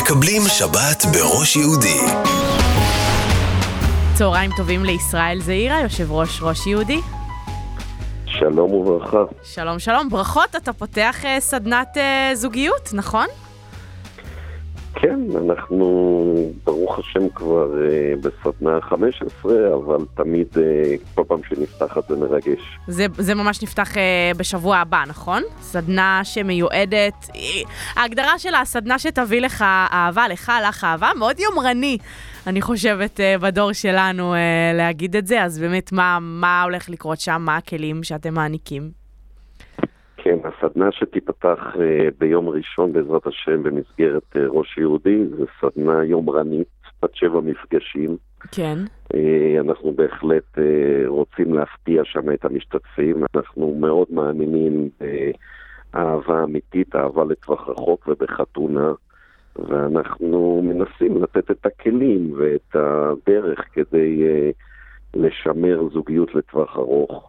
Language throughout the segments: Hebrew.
מקבלים שבת בראש יהודי. צהריים טובים לישראל זעירה, יושב ראש יהודי. שלום וברכה. שלום שלום, ברכות, אתה פותח סדנת זוגיות, נכון? כן, אנחנו ברוך השם כבר בסדנה 15, אבל תמיד כל פעם שנפתחת זה מרגש. זה ממש נפתח בשבוע הבא, נכון? סדנה שמיועדת, ההגדרה של הסדנה שתביא לך אהבה, לך אהבה, מאוד יומרני, אני חושבת בדור שלנו להגיד את זה, אז באמת מה הולך לקרות שם, מה הכלים שאתם מעניקים? כן, הסדנה שתיפתח ביום ראשון בעזרת השם במסגרת ראש יהודי, זה סדנה יומרנית, בת 7 מפגשים. כן. אנחנו בהחלט רוצים להפתיע שם את המשתתפים, אנחנו מאוד מאמינים באהבה אמיתית, אהבה לטווח רחוק ובחתונה, ואנחנו מנסים לתת את הכלים ואת הדרך כדי לשמר זוגיות לטווח ארוך,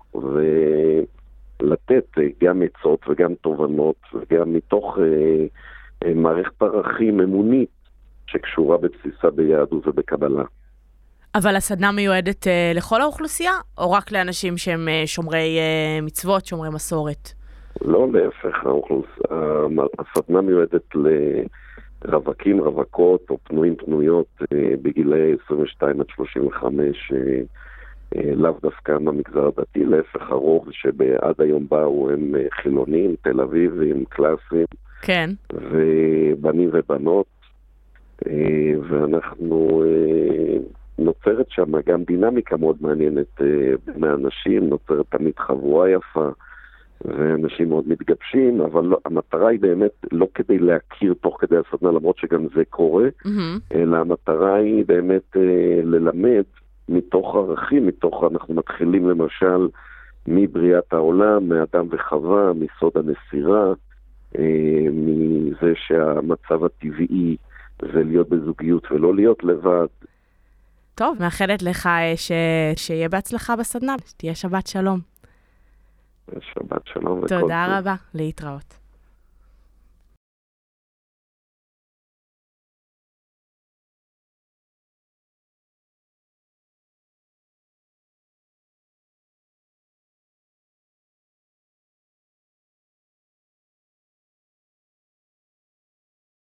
לתת גם עצות וגם תובנות וגם מתוך מערכת ערכים אמונית שקשורה בבסיסה ביהדות ובקבלה. אבל הסדנה מיועדת לכל האוכלוסייה או רק לאנשים שהם שומרי מצוות, שומרי מסורת? לא, להפך, הסדנה מיועדת לרווקים, רווקות או פנויים פנויות בגילי 22 עד 35, לאו דווקא מהמגזר הדתי, להפך הרוב שבעד היום באו הם חילונים, תל אביבים, קלאסים, כן. ובנים ובנות, ואנחנו נוצרת שם גם דינמיקה מאוד מעניינת בין האנשים, נוצרת תמיד חבורה יפה, ואנשים מאוד מתגבשים, אבל המטרה היא באמת לא כדי להכיר תוך כדי הסדנה, למרות שגם זה קורה, אלא המטרה היא באמת ללמד מתוך ערכים, אנחנו מתחילים למשל מבריאת העולם, מאדם וחווה, מסוד הנסירה, מזה שהמצב הטבעי זה להיות בזוגיות ולא להיות לבד. טוב, מאחלת לך שיהיה בהצלחה בסדנה, שתהיה שבת שלום. שבת שלום. תודה רבה, להתראות.